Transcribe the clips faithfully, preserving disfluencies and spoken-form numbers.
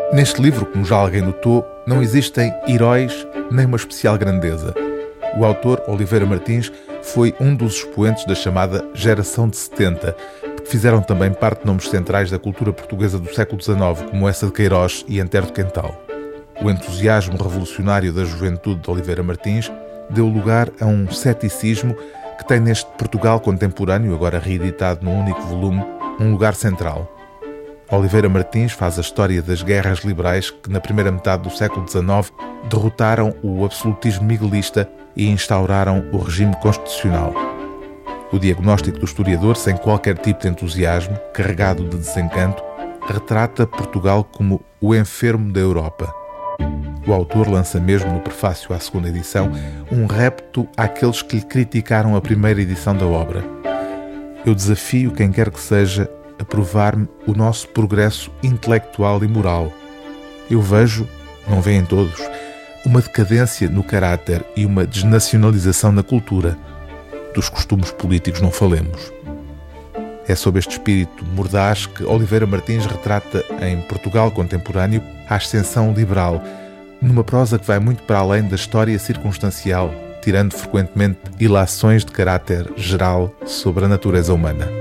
Neste livro, como já alguém notou, não existem heróis nem uma especial grandeza. O autor, Oliveira Martins, foi um dos expoentes da chamada Geração de setenta, que fizeram também parte de nomes centrais da cultura portuguesa do século dezenove, como essa de Queiroz e Antero de Quental. O entusiasmo revolucionário da juventude de Oliveira Martins deu lugar a um ceticismo que tem neste Portugal contemporâneo, agora reeditado num único volume, um lugar central. Oliveira Martins faz a história das guerras liberais que, na primeira metade do século dezenove, derrotaram o absolutismo miguelista e instauraram o regime constitucional. O diagnóstico do historiador, sem qualquer tipo de entusiasmo, carregado de desencanto, retrata Portugal como o enfermo da Europa. O autor lança mesmo no prefácio à segunda edição um repto àqueles que lhe criticaram a primeira edição da obra. Eu desafio quem quer que seja a provar-me o nosso progresso intelectual e moral. Eu vejo, não veem todos, uma decadência no caráter e uma desnacionalização na cultura. Dos costumes políticos não falemos. É sob este espírito mordaz que Oliveira Martins retrata em Portugal contemporâneo a ascensão liberal, numa prosa que vai muito para além da história circunstancial, tirando frequentemente ilações de caráter geral sobre a natureza humana.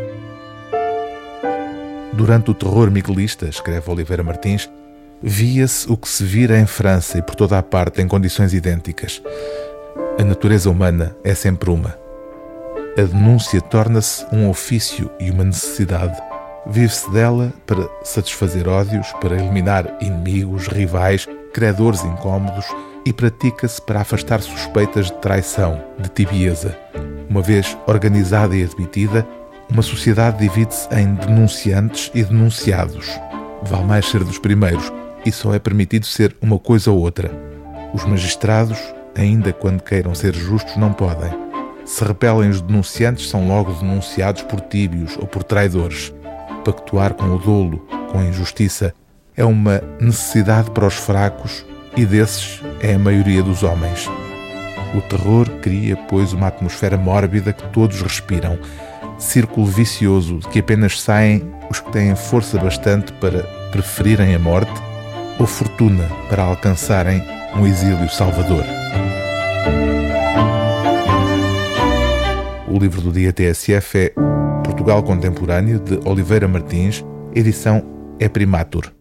Durante o terror miguelista, escreve Oliveira Martins, via-se o que se vira em França e por toda a parte em condições idênticas. A natureza humana é sempre uma. A denúncia torna-se um ofício e uma necessidade. Vive-se dela para satisfazer ódios, para eliminar inimigos, rivais, credores incómodos e pratica-se para afastar suspeitas de traição, de tibieza. Uma vez organizada e admitida, uma sociedade divide-se em denunciantes e denunciados. Vale mais ser dos primeiros e só é permitido ser uma coisa ou outra. Os magistrados, ainda quando queiram ser justos, não podem. Se repelem os denunciantes, são logo denunciados por tíbios ou por traidores. Pactuar com o dolo, com a injustiça, é uma necessidade para os fracos e desses é a maioria dos homens. O terror cria, pois, uma atmosfera mórbida que todos respiram. Círculo vicioso de que apenas saem os que têm força bastante para preferirem a morte ou fortuna para alcançarem um exílio salvador. O livro do dia T S F é Portugal Contemporâneo, de Oliveira Martins, edição É Primatur.